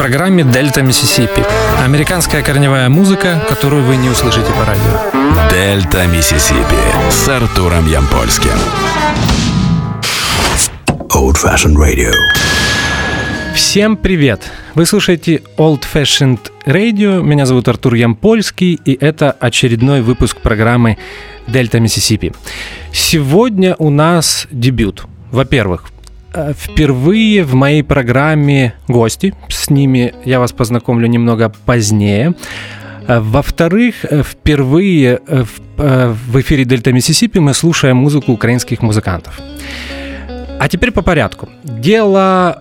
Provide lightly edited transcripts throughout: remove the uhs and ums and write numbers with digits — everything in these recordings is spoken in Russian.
программе «Дельта Миссисипи». Американская корневая музыка, которую вы не услышите по радио. «Дельта Миссисипи» с Артуром Ямпольским. Old Fashioned Radio. Всем привет! Вы слушаете Old Fashioned Radio. Меня зовут Артур Ямпольский, и это очередной выпуск программы «Дельта Миссисипи». Сегодня у нас дебют. Во-первых, впервые в моей программе гости. С ними я вас познакомлю немного позднее. Во-вторых, впервые в эфире «Дельта Миссисипи» мы слушаем музыку украинских музыкантов. А теперь по порядку. Дело...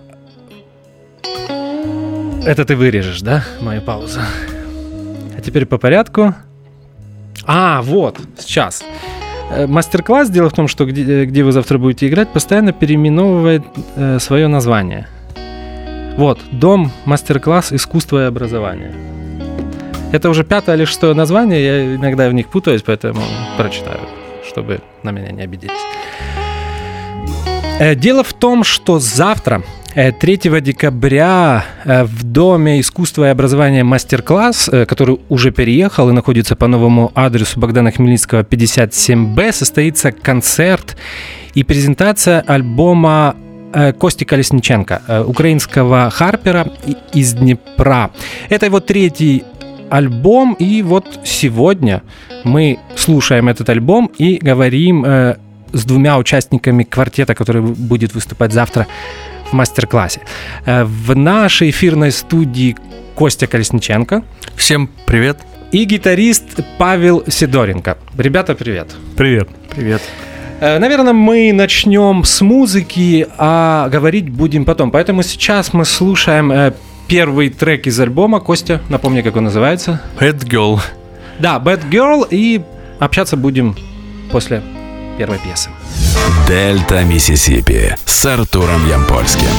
Это ты вырежешь, да, мою паузу? А теперь по порядку. Вот, сейчас. Мастер-класс, дело в том, что где вы завтра будете играть, постоянно переименовывает свое название. Вот, Дом, мастер-класс, искусство и образование. Это уже 5-е или 6-е название, я иногда в них путаюсь, поэтому прочитаю, чтобы на меня не обиделись. Дело в том, что завтра, 3 декабря, в Доме искусства и образования мастер-класс, который уже переехал и находится по новому адресу Богдана Хмельницкого, 57Б, состоится концерт и презентация альбома Кости Колесниченко, украинского харпера из Днепра. Это его 3-й альбом, и вот сегодня мы слушаем этот альбом и говорим с 2 участниками квартета, который будет выступать завтра в мастер-классе. В нашей эфирной студии Костя Колесниченко. Всем привет. И гитарист Павел Сидоренко. Ребята, привет. Привет. Привет. Наверное, мы начнем с музыки, а говорить будем потом. Поэтому сейчас мы слушаем первый трек из альбома. Костя, напомни, как он называется. Bad Girl. Да, Bad Girl. И общаться будем после первой пьесы. «Дельта Миссисипи» с Артуром Ямпольским.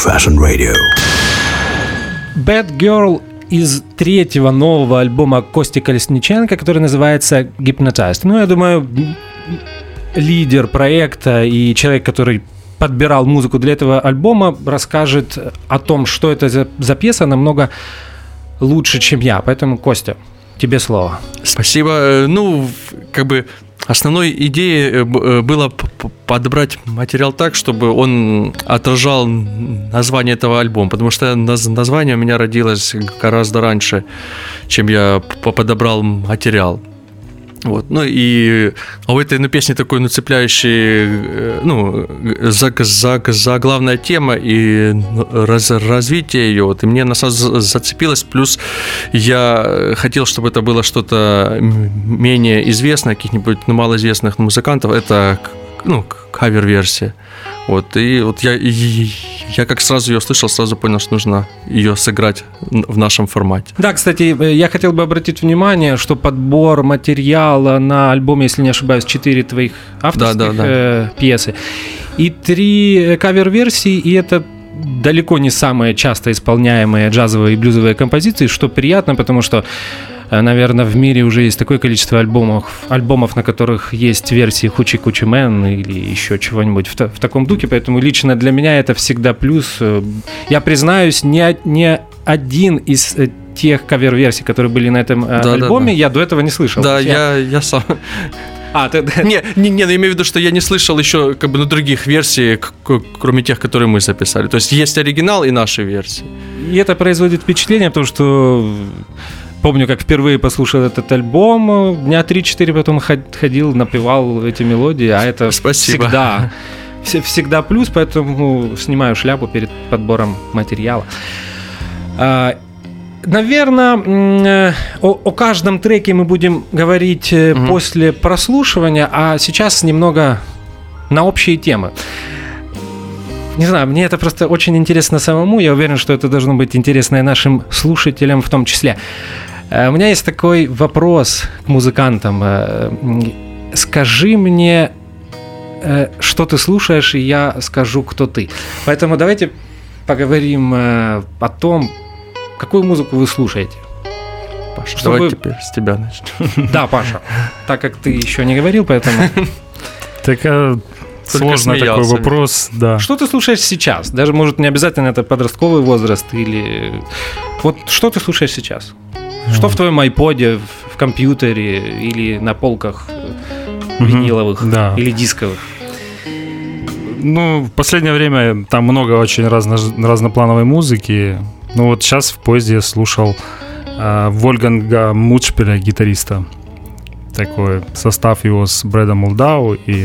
Fashion Radio. Bad Girl из третьего нового альбома Кости Колесниченко, который называется Hypnotized. Ну, я думаю, лидер проекта и человек, который подбирал музыку для этого альбома, расскажет о том, что это за пьеса, намного лучше, чем я. Поэтому, Костя, тебе слово. Спасибо. Ну, как бы основной идеей было подобрать материал так, чтобы он отражал название этого альбома, потому что название у меня родилось гораздо раньше, чем я подобрал материал. Вот. Ну и у этой песни такой цепляющий, заглавная тема и развитие ее. Вот, и мне она сразу зацепилась. Плюс я хотел, чтобы это было что-то менее известное, каких-нибудь малоизвестных музыкантов. Это кавер-версия. Вот. И вот я как сразу ее услышал, сразу понял, что нужно ее сыграть в нашем формате. Да, кстати, я хотел бы обратить внимание, что подбор материала на альбоме, если не ошибаюсь, 4 твоих авторских пьесы и 3 кавер-версии, и это далеко не самые часто исполняемые джазовые и блюзовые композиции, что приятно, потому что, наверное, в мире уже есть такое количество альбомов, на которых есть версии Хучи-Кучи Мэн или еще чего-нибудь в таком духе, поэтому лично для меня это всегда плюс. Я признаюсь, ни один из тех кавер-версий, которые были на этом альбоме, я до этого не слышал. Да, я сам... Не, я имею в виду, что я не слышал еще других версий, кроме тех, которые мы записали. То есть есть оригинал и наши версии. И это производит впечатление, потому что помню, как впервые послушал этот альбом, дня 3-4 потом ходил, напевал эти мелодии, а это всегда плюс, поэтому снимаю шляпу перед подбором материала. Наверное, о каждом треке мы будем говорить после прослушивания, а сейчас немного на общие темы. Не знаю, мне это просто очень интересно самому, я уверен, что это должно быть интересно и нашим слушателям в том числе. У меня есть такой вопрос к музыкантам. Скажи мне, что ты слушаешь, и я скажу, кто ты. Поэтому давайте поговорим о том, какую музыку вы слушаете. Паша, давай теперь с тебя начнем. Да, Паша, так как ты еще не говорил, поэтому... Сложный такой вопрос, да. Что ты слушаешь сейчас? Даже, может, не обязательно это подростковый возраст или... Вот что ты слушаешь сейчас? Что в твоем айподе, в компьютере или на полках виниловых или дисковых? Ну, в последнее время там много очень разноплановой музыки. Ну, вот сейчас в поезде я слушал Вольфганга Мутшпеля, гитариста. Такой состав его с Брэдом Молдау и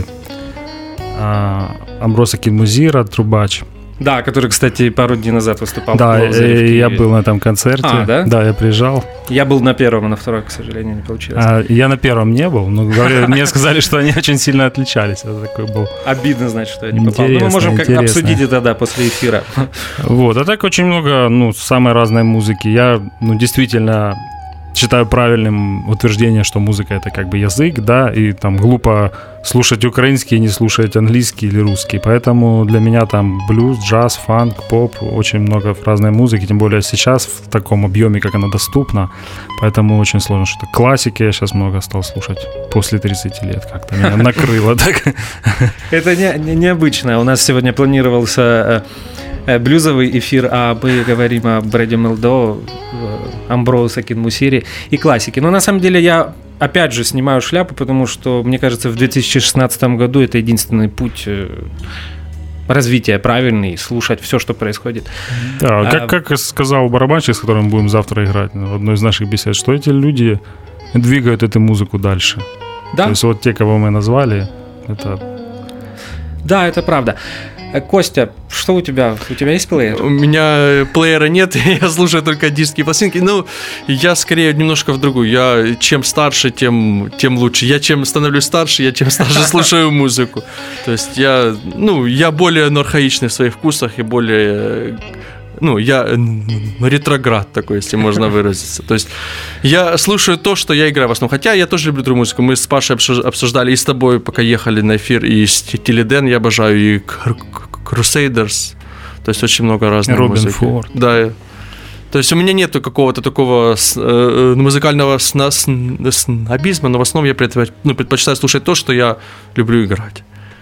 Амбросо Кинмузира, трубач. Да, который, кстати, пару дней назад выступал. Да, я был на этом концерте. Да? Да, я приезжал. Я был на первом, а на втором, к сожалению, не получилось. Я на первом не был, но мне сказали, что они очень сильно отличались. Это такой был. Обидно, значит, что я не попал. Но мы можем как-то обсудить это, да, после эфира. Вот, а так очень много, самой разной музыки. Я, действительно считаю правильным утверждение, что музыка — это как бы язык, да, и там глупо слушать украинский и не слушать английский или русский. Поэтому для меня там блюз, джаз, фанк, поп, очень много разной музыки, тем более сейчас в таком объеме, как она доступна. Поэтому очень сложно что-то. Классики я сейчас много стал слушать после 30 лет, как-то меня накрыло так. Это необычно. У нас сегодня планировался блюзовый эфир, а мы говорим о Брэде Молдау, Амбросо Кинмузире и классике. Но на самом деле я опять же снимаю шляпу, потому что, мне кажется, в 2016 году это единственный путь развития правильный, слушать все, что происходит. Да, как сказал барабанщик, с которым будем завтра играть в одной из наших бесед, что эти люди двигают эту музыку дальше. Да? То есть вот те, кого мы назвали, это... Да, это правда. Костя, что у тебя? У тебя есть плеер? У меня плеера нет, я слушаю только диски и пластинки. Я скорее немножко в другую. Я чем старше, тем лучше. Я чем становлюсь старше, я тем старше слушаю музыку. То есть я более архаичный в своих вкусах и более... я ретроград такой, если можно выразиться. То есть я слушаю то, что я играю в основном. Хотя я тоже люблю другую музыку. Мы с Пашей обсуждали и с тобой, пока ехали на эфир, и Steely Dan я обожаю, и Crusaders. То есть очень много разной Робин музыки. Форд. Да. То есть у меня нету какого-то такого музыкального снобизма, но в основном я предпочитаю слушать то, что я люблю играть.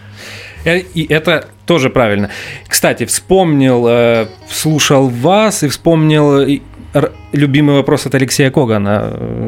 И это тоже правильно. Кстати, слушал вас и вспомнил любимый вопрос от Алексея Когана.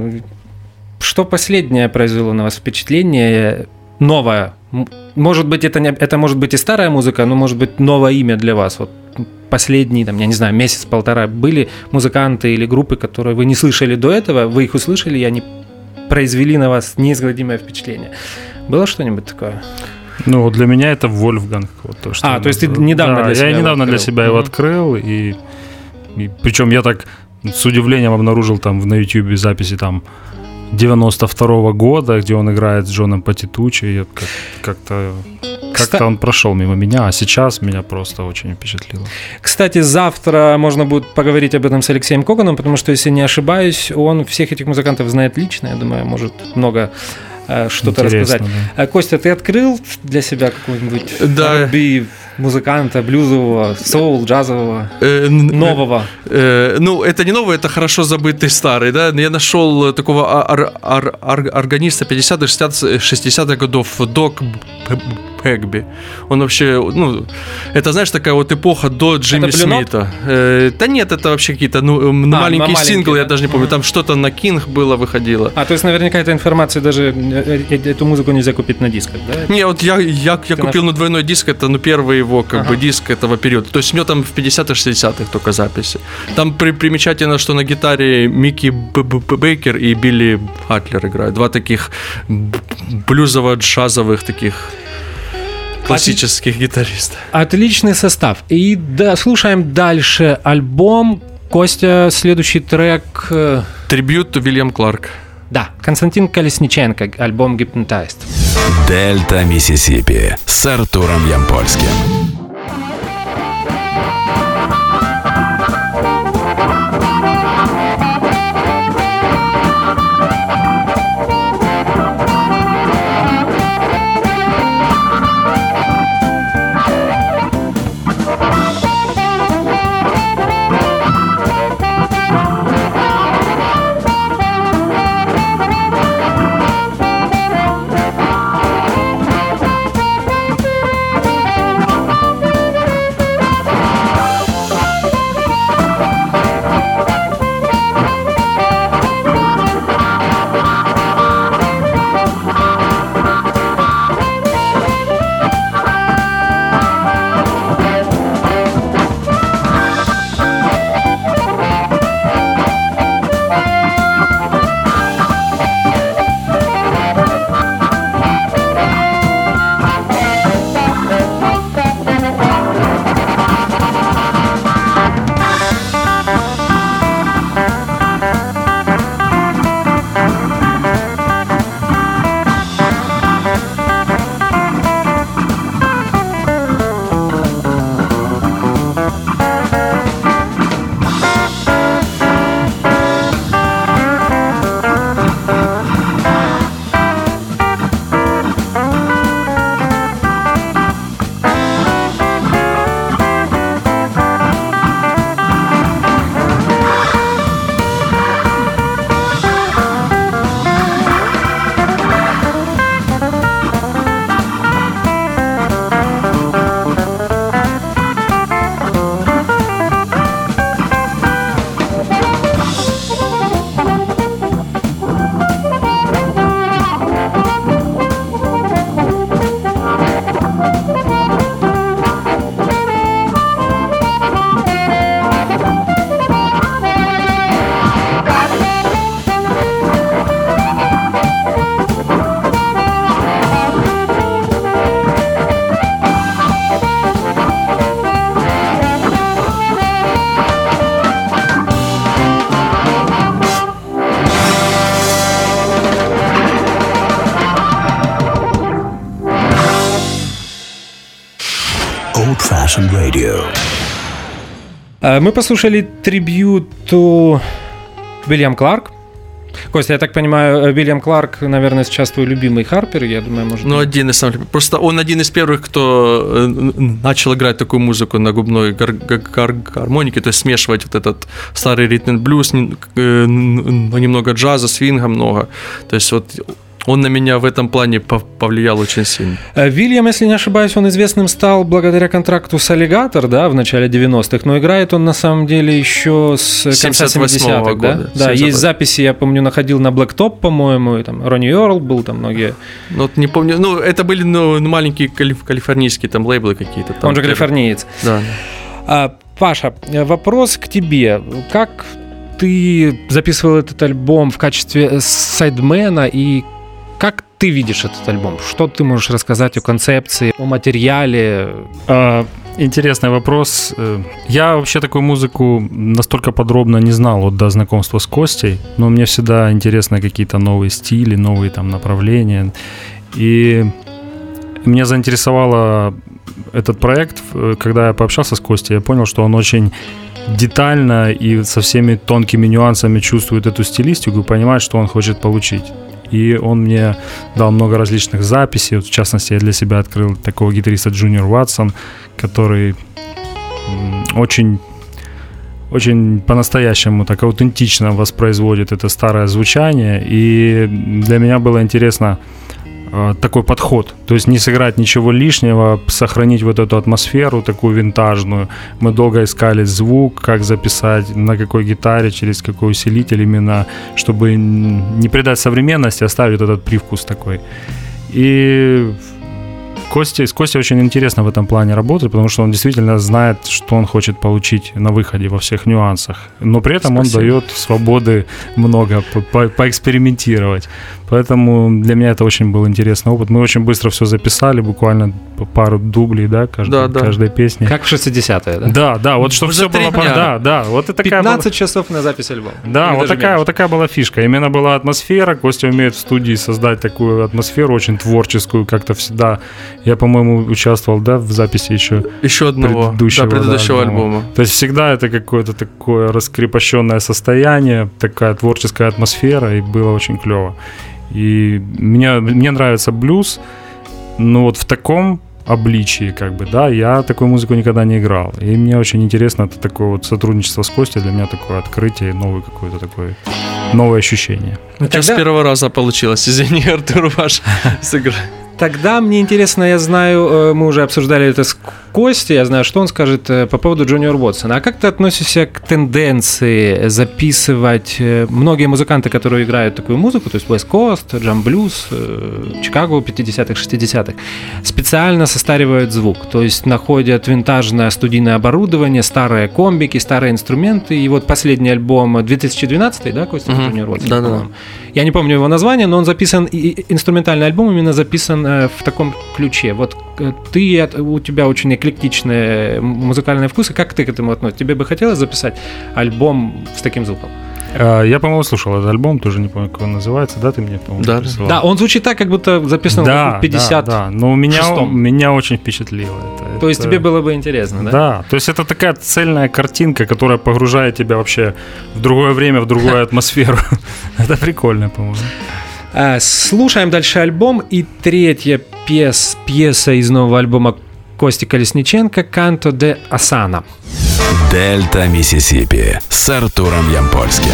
Что последнее произвело на вас впечатление? Новое. Может быть, это может быть и старая музыка, но может быть новое имя для вас. Вот последний, там, я не знаю, месяц-полтора были музыканты или группы, которые вы не слышали до этого, вы их услышали, и они произвели на вас неизгладимое впечатление. Было что-нибудь такое? Ну, для меня это Вольфганг. Вот то, что то есть ты недавно для себя я недавно для себя его открыл, и причем я так с удивлением обнаружил там на YouTube записи там 92-го года, где он играет с Джоном Патитуччи, и как-то он прошел мимо меня, а сейчас меня просто очень впечатлило. Кстати, завтра можно будет поговорить об этом с Алексеем Коганом, потому что, если не ошибаюсь, он всех этих музыкантов знает лично, я думаю, может много что-то рассказать. Да. Костя, ты открыл для себя какого-нибудь R&B музыканта, блюзового, соул, джазового, нового? Ну, это не новый, это хорошо забытый старый, да? Я нашел такого органиста 50-х, 60-х годов, Док Бэгби. Он вообще, это, знаешь, такая вот эпоха до Джимми Смита. Да нет, это вообще какие-то, маленькие синглы, да? Я даже не помню, там что-то на Кинг было, выходило. То есть наверняка эта информация, даже эту музыку нельзя купить на дисках, да? Не, вот я купил двойной диск, это, первый его, диск этого периода. То есть у него там в 50-х, 60-х только записи. Там примечательно, что на гитаре Микки Бейкер и Билли Хатлер играют. Два таких блюзово-джазовых таких классических гитаристов. Отличный состав. И слушаем дальше альбом. Костя, следующий трек... Трибьют Уильям Кларк. Да, Константин Колесниченко, альбом «Hypnotized». Дельта Миссисипи с Артуром Ямпольским. Old-Fashioned Radio. Мы послушали трибьюту Уильям Кларк. Костя, я так понимаю, Уильям Кларк, наверное, сейчас твой любимый харпер, я думаю, может... Ну, один из самых... Просто он один из первых, кто начал играть такую музыку на губной гармонике, то есть смешивать вот этот старый ритм-н-блюз, немного джаза, свинга много. То есть вот... Он на меня в этом плане повлиял очень сильно. Уильям, если не ошибаюсь, он известным стал благодаря контракту с Alligator, да, в начале 90-х, но играет он на самом деле еще с конца 70-х, года. Да, есть записи, я помню, находил на Blacktop, по-моему, и там Ронни Йорл был, там многие. Ну, вот не помню, ну, это были маленькие калифорнийские там лейблы какие-то. Там, он же калифорниец. Да. Паша, вопрос к тебе. Как ты записывал этот альбом в качестве сайдмена и как ты видишь этот альбом? Что ты можешь рассказать о концепции, о материале? Интересный вопрос. Я вообще такую музыку настолько подробно не знал вот до знакомства с Костей, но мне всегда интересны какие-то новые стили, новые там направления. И меня заинтересовало этот проект, когда я пообщался с Костей, я понял, что он очень детально и со всеми тонкими нюансами чувствует эту стилистику и понимает, что он хочет получить. И он мне дал много различных записей. Вот в частности, я для себя открыл такого гитариста Junior Watson, который очень, очень по-настоящему так аутентично воспроизводит это старое звучание. И для меня было интересно такой подход. То есть не сыграть ничего лишнего, сохранить вот эту атмосферу такую винтажную. Мы долго искали звук, как записать, на какой гитаре, через какой усилитель именно, чтобы не придать современности, оставить этот привкус такой. И с Костей очень интересно в этом плане работать, потому что он действительно знает, что он хочет получить на выходе во всех нюансах. Но при этом он дает свободы много поэкспериментировать. Поэтому для меня это очень был интересный опыт. Мы очень быстро все записали, буквально пару дублей, да, каждой песни. Как в 60-е, да? Да, вот чтобы все было... Да, вот это 15 часов на запись альбома. Да, вот такая была фишка. Именно была атмосфера. Костя умеет в студии создать такую атмосферу очень творческую, как-то всегда. Я, по-моему, участвовал, да, в записи еще одного предыдущего альбома. То есть всегда это какое-то такое раскрепощенное состояние, такая творческая атмосфера, и было очень клево. И мне нравится блюз, но вот в таком обличии, как бы, да, я такую музыку никогда не играл. И мне очень интересно это такое вот сотрудничество с Костей, для меня такое открытие, новое ощущение. У тебя с первого раза получилось, извини, Артур, ваш сыграть. Тогда мне интересно, я знаю, мы уже обсуждали это с Костей, я знаю, что он скажет по поводу Junior Watson. А как ты относишься к тенденции записывать многие музыканты, которые играют такую музыку, то есть West Coast, Jam Blues, Чикаго 50-х, 60-х, специально состаривают звук, то есть находят винтажное студийное оборудование, старые комбики, старые инструменты, и вот последний альбом 2012, да, Костя, Junior Watson? Да. Я не помню его название, но он записан, инструментальный альбом именно записан в таком ключе. Вот у тебя очень эклектичные музыкальные вкусы. Как ты к этому относишься? Тебе бы хотелось записать альбом с таким звуком? Я, по-моему, слушал этот альбом, тоже не помню, как он называется, да, ты мне, по-моему, присылал? Да, он звучит так, как будто записан в 50. Да, но меня очень впечатлило это. То есть тебе было бы интересно, да? Да, то есть это такая цельная картинка, которая погружает тебя вообще в другое время, в другую атмосферу. Это прикольно, по-моему. Слушаем дальше альбом, и третья пьеса из нового альбома Кости Колесниченко «Канто де Асана». Дельта Миссисипи с Артуром Ямпольским.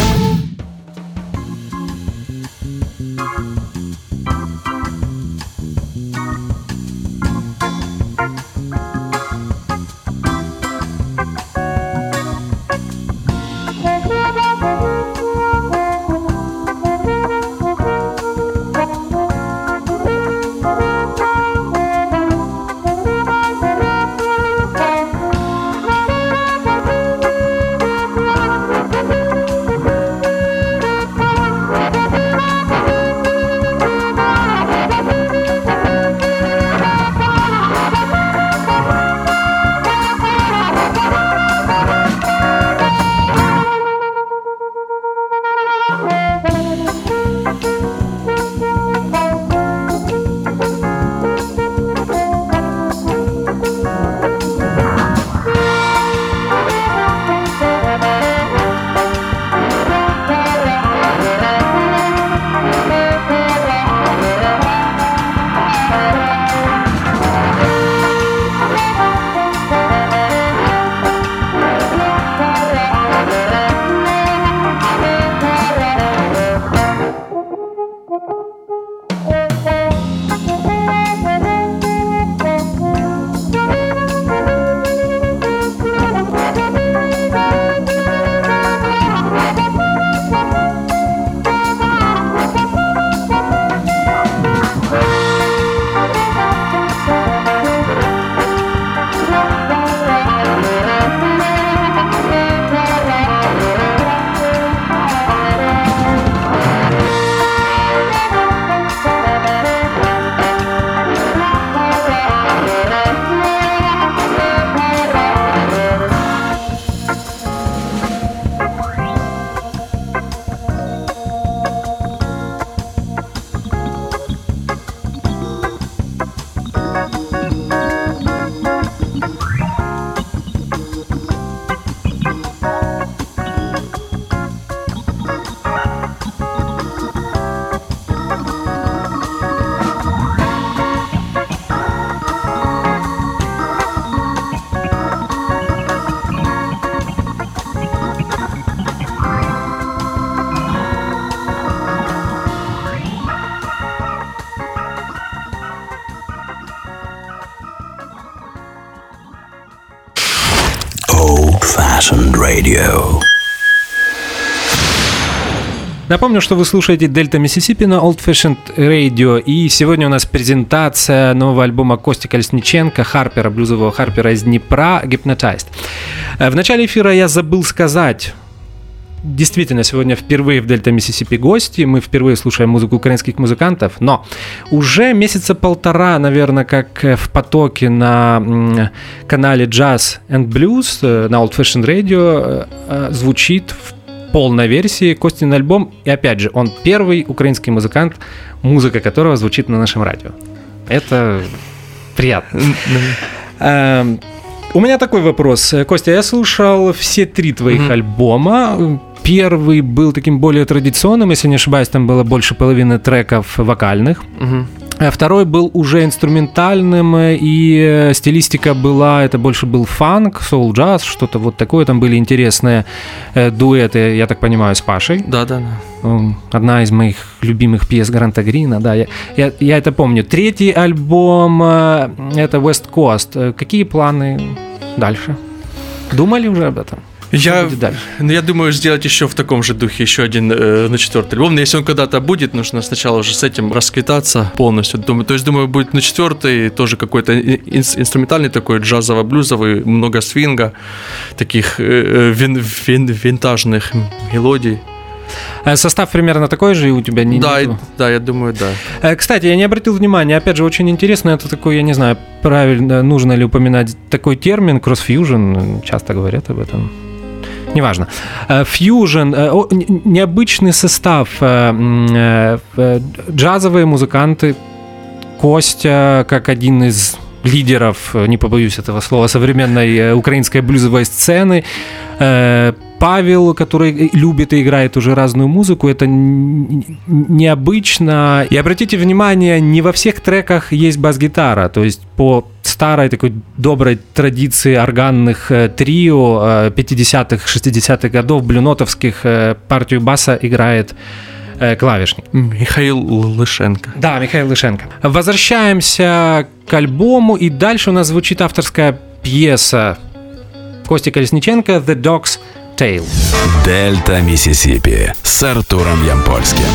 Old-Fashioned Radio. Напомню, что вы слушаете Дельта Миссисипи на Old Fashioned Radio, и сегодня у нас презентация нового альбома Кости Колесниченко, Харпера, блюзового Харпера из Днепра, Hypnotized. В начале эфира я забыл сказать, действительно, сегодня впервые в Дельта Миссисипи гости, мы впервые слушаем музыку украинских музыкантов, но уже месяца полтора, наверное, как в потоке на канале Jazz and Blues на Old Fashioned Radio звучит в полной версии Костин альбом, и опять же, он первый украинский музыкант, музыка которого звучит на нашем радио. Это приятно. У меня такой вопрос. Костя, я слушал все 3 твоих альбома. Первый был таким более традиционным, если не ошибаюсь, там было больше половины треков вокальных. А второй был уже инструментальным, и стилистика была, это больше был фанк, соул-джаз, что-то вот такое. Там были интересные дуэты, я так понимаю, с Пашей. Да. Одна из моих любимых пьес Гранта Грина, да, я это помню. Третий альбом это West Coast. Какие планы дальше? Думали уже об этом? Я думаю сделать еще в таком же духе еще один на 4-й альбом. Но если он когда-то будет, нужно сначала уже с этим расквитаться полностью. То есть, думаю, будет на 4-й тоже какой-то инструментальный такой, джазово-блюзовый, много свинга, таких винтажных мелодий. Состав примерно такой же, и у тебя не... Да, я думаю, да. Кстати, я не обратил внимания, опять же, очень интересно, это такой, я не знаю, правильно, нужно ли упоминать такой термин, кросс-фьюжн, часто говорят об этом. Неважно. Фьюжн, необычный состав, джазовые музыканты, Костя, как один из лидеров, не побоюсь этого слова, современной украинской блюзовой сцены, Павел, который любит и играет уже разную музыку, это необычно. И обратите внимание, не во всех треках есть бас-гитара, то есть по старой такой доброй традиции органных трио 50-х, 60-х годов, блюнотовских, партию баса играет клавишник. Михаил Лышенко. Да, Михаил Лышенко. Возвращаемся к альбому, и дальше у нас звучит авторская пьеса Кости Колесниченко «The Dog's Tale». Дельта Миссисипи с Артуром Ямпольским.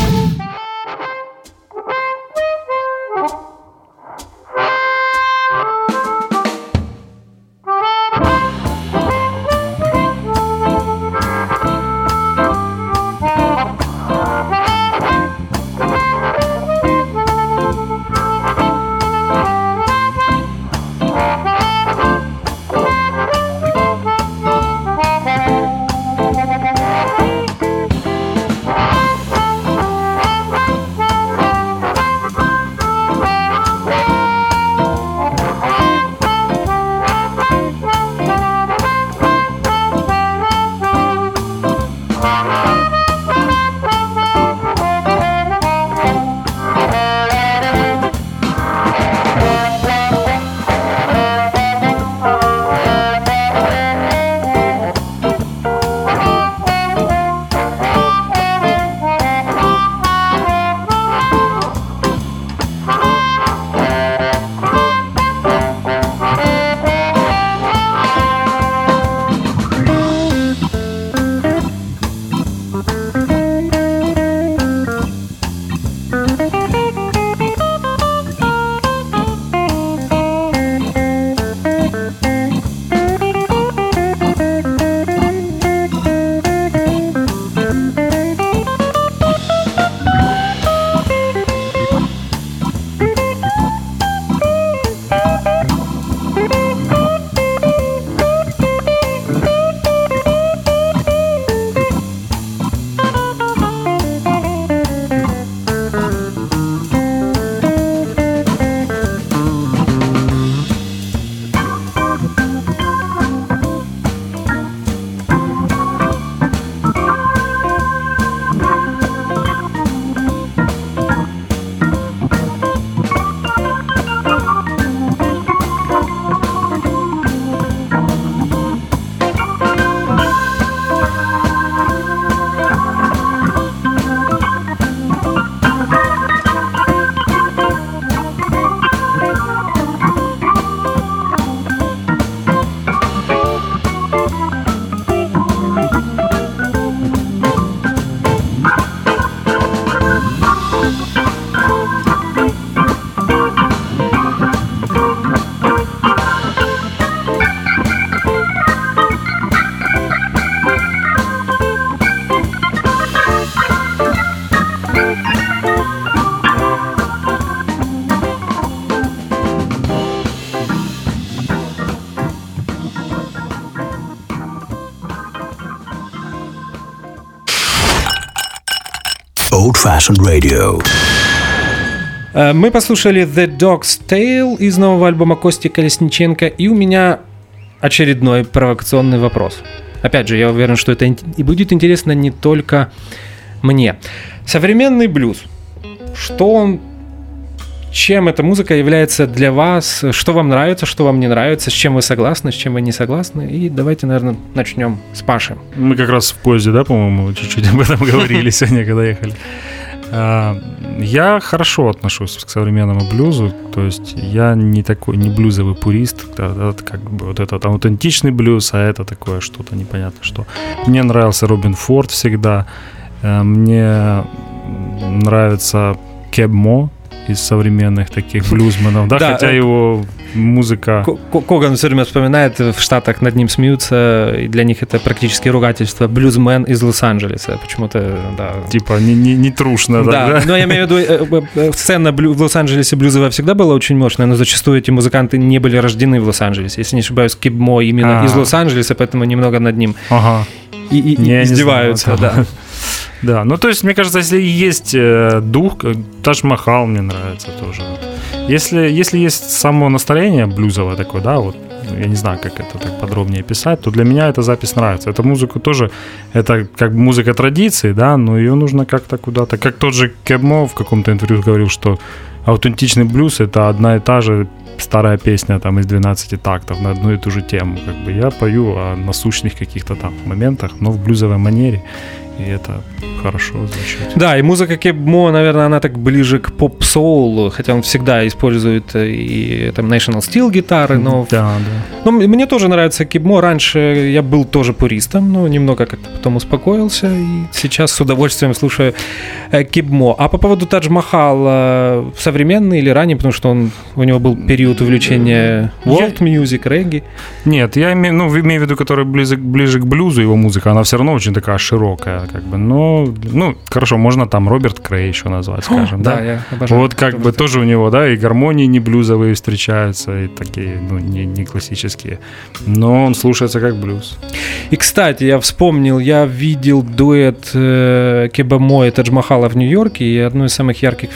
Passion Radio. Мы послушали The Dog's Tale из нового альбома Кости Колесниченко, и у меня очередной провокационный вопрос. Опять же, я уверен, что это и будет интересно не только мне. Современный блюз. Что он... Чем эта музыка является для вас? Что вам нравится, что вам не нравится? С чем вы согласны, с чем вы не согласны? И давайте, наверное, начнем с Паши. Мы как раз в поезде, да, по-моему, чуть-чуть об этом говорили сегодня, когда ехали. Я хорошо отношусь к современному блюзу, то есть я не такой, не блюзовый пурист, как бы вот этот аутентичный блюз, а это такое что-то непонятно что. Мне нравился Робин Форд всегда, мне нравится Кеб Мо из современных таких блюзменов, да, хотя его музыка... Коган все время вспоминает, в Штатах над ним смеются, и для них это практически ругательство. Блюзмен из Лос-Анджелеса, почему-то, да. Типа не трушно, да? Но я имею в виду, сцена в Лос-Анджелесе блюзовая всегда была очень мощная, но зачастую эти музыканты не были рождены в Лос-Анджелесе. Если не ошибаюсь, Кеб Мо именно из Лос-Анджелеса, поэтому немного над ним и издеваются, да. Да, ну то есть, мне кажется, если есть дух, Тадж Махал мне нравится тоже. Если есть само настроение блюзовое такое, да, вот, я не знаю, как это так подробнее писать, то для меня эта запись нравится. Эта музыка тоже, это как бы музыка традиции, да, но ее нужно как-то куда-то, как тот же Кеб Мо в каком-то интервью говорил, что аутентичный блюз — это одна и та же старая песня там из 12 тактов на одну и ту же тему. Как бы я пою о насущных каких-то там моментах, но в блюзовой манере, и это хорошо звучит. Да, и музыка Кеб Мо, наверное, она так ближе к поп-соулу, хотя он всегда использует и там National Steel гитары, но... Да. Но мне тоже нравится Кеб Мо. Раньше я был тоже пуристом, но немного как-то потом успокоился, и сейчас с удовольствием слушаю Кеб Мо. А по поводу Тадж Махала, современный или ранний, потому что у него был период увлечения world music, регги? Нет, я имею в виду, который ближе к блюзу, его музыка, она все равно очень такая широкая, как бы, но, хорошо, можно там Роберт Крей еще назвать, скажем, да? Я обожаю. Вот как бы тоже у него, да, и гармонии не блюзовые встречаются, и такие, не классические, но он слушается как блюз. И, кстати, я вспомнил, я видел дуэт Кеба Мо и Тадж Махала в Нью-Йорке, и одно из самых ярких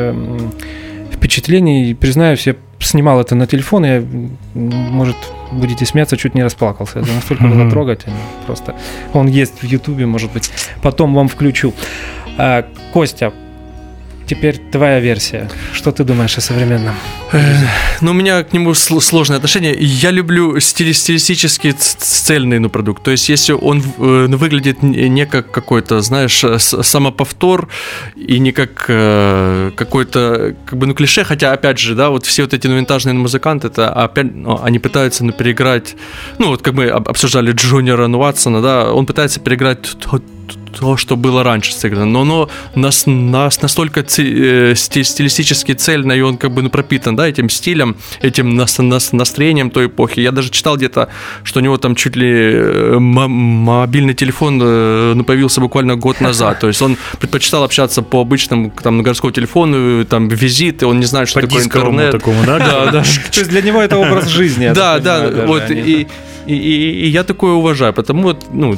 впечатлений, признаюсь, я снимал это на телефон, я, может, будете смеяться, чуть не расплакался. Это настолько было трогательно. Просто он есть в Ютубе, может быть. Потом вам включу. Костя, теперь твоя версия. Что ты думаешь о современном? У меня к нему сложное отношение. Я люблю стилистически цельный продукт. То есть, если он выглядит не как какой-то, знаешь, самоповтор и не как какой-то, как бы, клише, хотя, опять же, да, вот все вот эти винтажные музыканты, это опять, они пытаются, переиграть, вот как мы обсуждали Джуниора Ватсона, да, он пытается переиграть то, что было раньше сыграно, но оно настолько стилистически цельно, и он как бы пропитан, да, этим стилем, этим настроением той эпохи. Я даже читал где-то, что у него там чуть ли мобильный телефон появился буквально год назад, то есть он предпочитал общаться по обычному там городскому телефону, там визиты, он не знает, что такое интернет. Такому, да? Да. То есть для него это образ жизни. Да, вот, и я такое уважаю, потому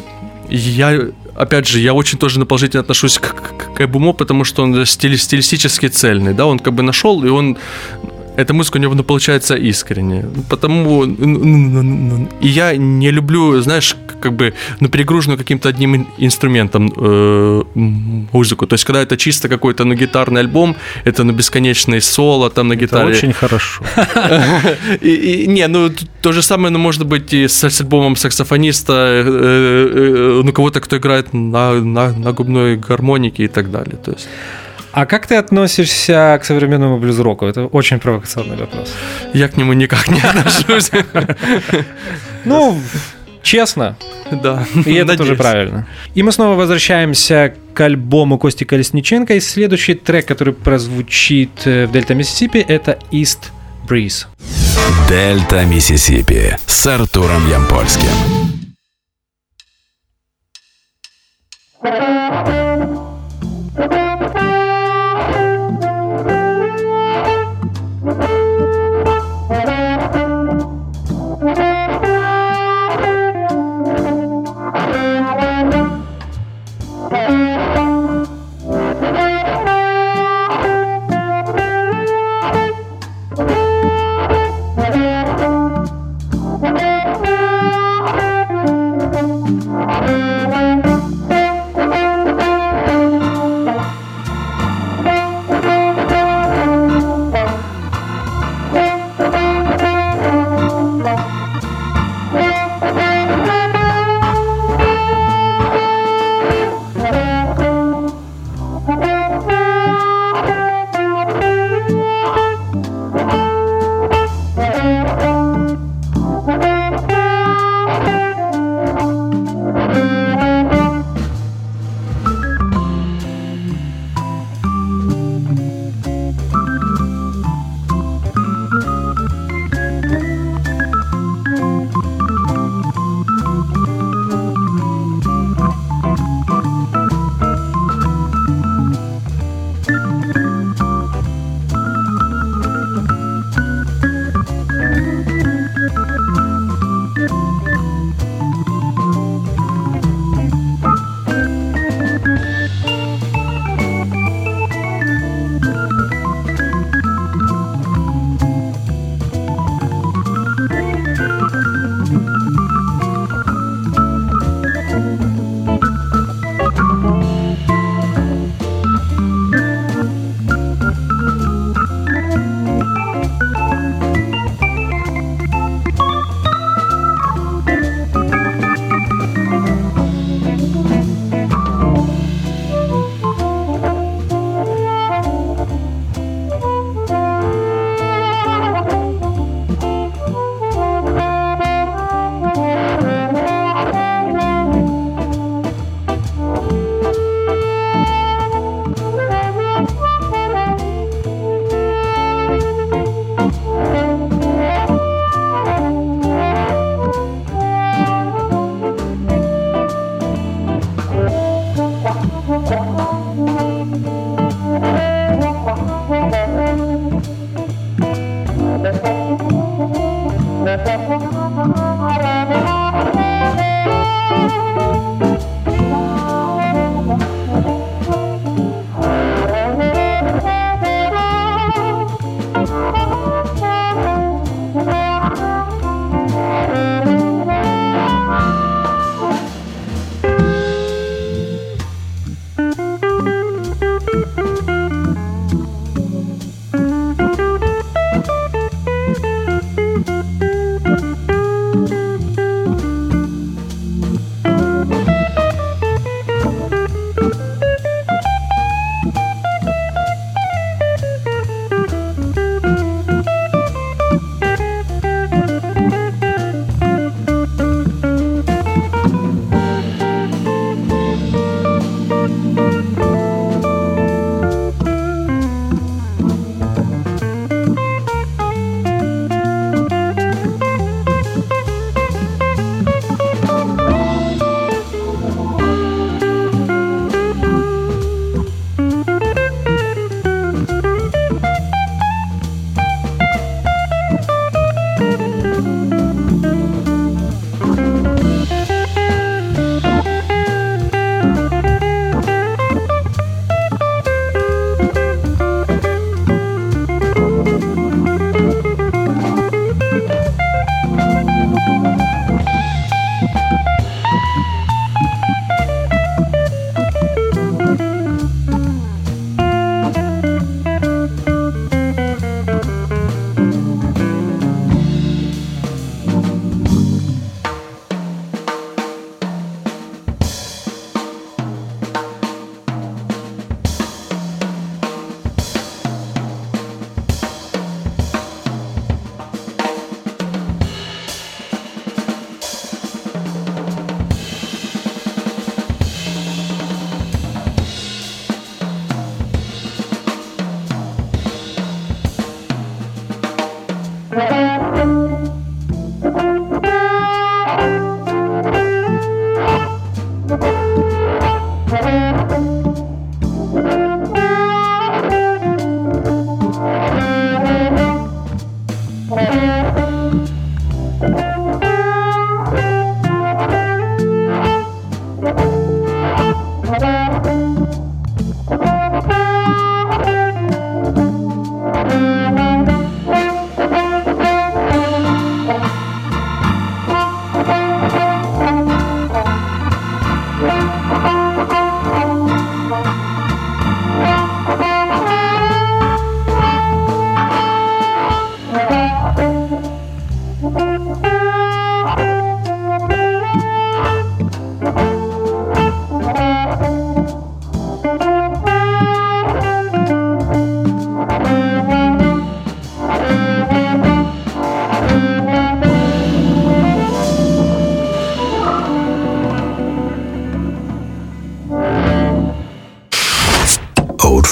опять же, я очень тоже положительно отношусь к Кебу Мо, потому что он стилистически цельный, да, он как бы нашел, и он... Эта музыка у него получается искренне. Потому и я не люблю, знаешь, как бы перегруженную каким-то одним инструментом музыку. То есть, когда это чисто какой-то гитарный альбом, это бесконечное соло там на гитаре. Это очень хорошо. То же самое, может быть, и с альбомом саксофониста, кого-то, кто играет на губной гармонике и так далее. То есть... А как ты относишься к современному блюз-року? Это очень провокационный вопрос. Я к нему никак не отношусь. Честно. Да. И это тоже правильно. И мы снова возвращаемся к альбому Кости Колесниченко. И следующий трек, который прозвучит в Дельта Миссисипи, это East Breeze. Дельта Миссисипи с Артуром Ямпольским.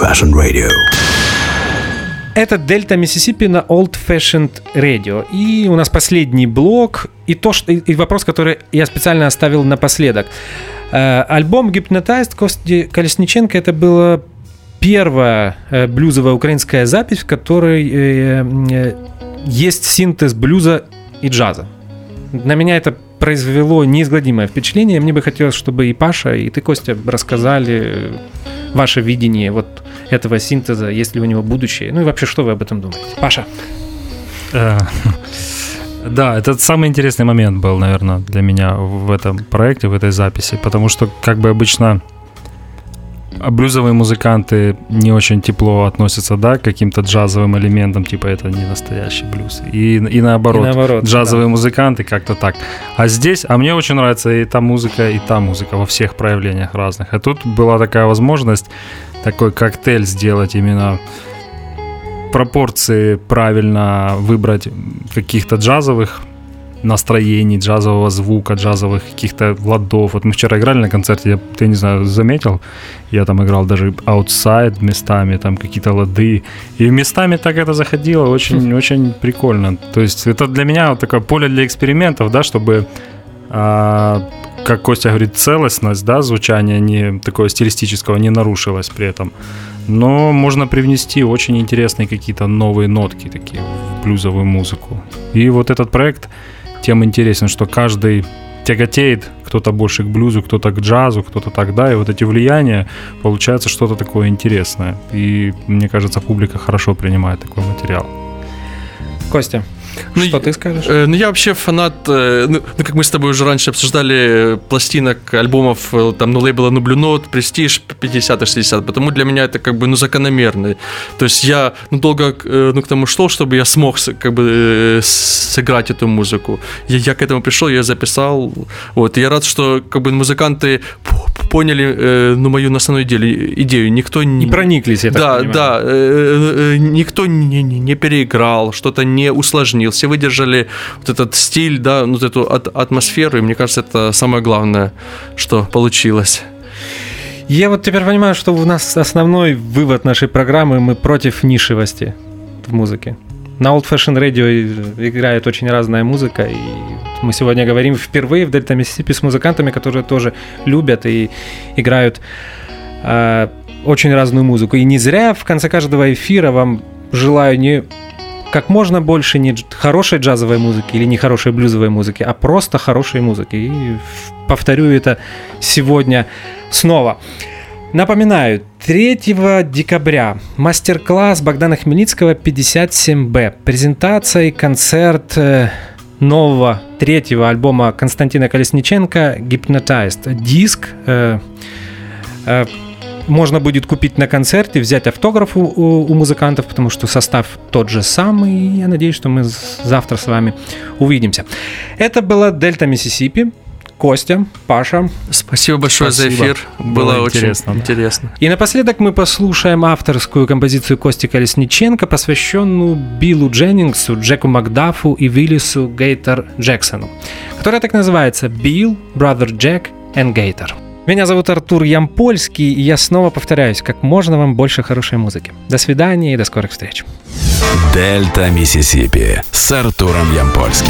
Fashioned Radio. Это Дельта Миссисипи на Old Fashioned Radio. И у нас последний блок, и вопрос, который я специально оставил напоследок. Альбом «Hypnotized» Кости Колесниченко — это была первая блюзовая украинская запись, в которой есть синтез блюза и джаза. На меня это произвело неизгладимое впечатление. Мне бы хотелось, чтобы и Паша, и ты, Костя, рассказали ваше видение вот этого синтеза, есть ли у него будущее, ну и вообще, что вы об этом думаете? Паша. Да, это самый интересный момент был, наверное, для меня в этом проекте, в этой записи, потому что, как бы обычно, блюзовые музыканты не очень тепло относятся, да, к каким-то джазовым элементам, типа это не настоящий блюз. И наоборот, джазовые музыканты как-то так. А здесь, мне очень нравится и та музыка во всех проявлениях разных. А тут была такая возможность, такой коктейль сделать, именно пропорции правильно выбрать каких-то джазовых настроений, джазового звука, джазовых каких-то ладов. Вот мы вчера играли на концерте, ты, не знаю, заметил, я там играл даже outside местами, там какие-то лады, и местами так это заходило, очень прикольно. То есть это для меня вот такое поле для экспериментов, да, чтобы, как Костя говорит, целостность, да, звучания не такого стилистического не нарушилась при этом. Но можно привнести очень интересные какие-то новые нотки такие в блюзовую музыку. И вот этот проект тем интересен, что каждый тяготеет, кто-то больше к блюзу, кто-то к джазу, кто-то так, да, и вот эти влияния, получается что-то такое интересное. И мне кажется, публика хорошо принимает такой материал. Костя, что ты скажешь? Я вообще фанат, как мы с тобой уже раньше обсуждали, пластинок, альбомов там, лейбла Blue Note, Prestige 50-60, потому для меня это как бы, закономерно. То есть я долго к тому шел, чтобы я смог как бы сыграть эту музыку. Я к этому пришел, я записал. Вот. И я рад, что как бы музыканты поняли мою на самом деле идею. Никто не прониклись, я так понимаю. Да, никто не переиграл, что-то не усложнил. Все выдержали вот этот стиль, да, вот эту атмосферу, и мне кажется, это самое главное, что получилось. Я вот теперь понимаю, что у нас основной вывод нашей программы: мы против нишевости в музыке. На Old Fashioned Radio играет очень разная музыка, и мы сегодня говорим впервые в Дельта Миссисипи с музыкантами, которые тоже любят и играют очень разную музыку. И не зря в конце каждого эфира вам желаю не как можно больше не хорошей джазовой музыки или не хорошей блюзовой музыки, а просто хорошей музыки. И повторю это сегодня снова. Напоминаю, 3 декабря мастер-класс Богдана Хмельницкого 57Б. Презентация и концерт нового 3-го альбома Константина Колесниченко «Hypnotized». Диск можно будет купить на концерте, взять автограф у музыкантов, потому что состав тот же самый. И я надеюсь, что мы завтра с вами увидимся. Это была Дельта Миссисипи. Костя, Паша. Спасибо большое за эфир. Было очень интересно. И напоследок мы послушаем авторскую композицию Кости Колесниченко, посвященную Биллу Дженнингсу, Джеку Макдафу и Виллису Гейтер Джексону, которая так называется «Bill, Brother Jack and Gator». Меня зовут Артур Ямпольский, и я снова повторяюсь, как можно вам больше хорошей музыки. До свидания и до скорых встреч. Дельта Миссисипи с Артуром Ямпольским.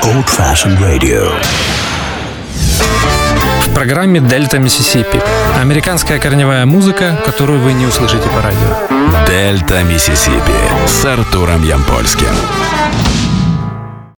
Old Fashioned Radio. В программе «Дельта Миссисипи». Американская корневая музыка, которую вы не услышите по радио. Дельта Миссисипи с Артуром Ямпольским.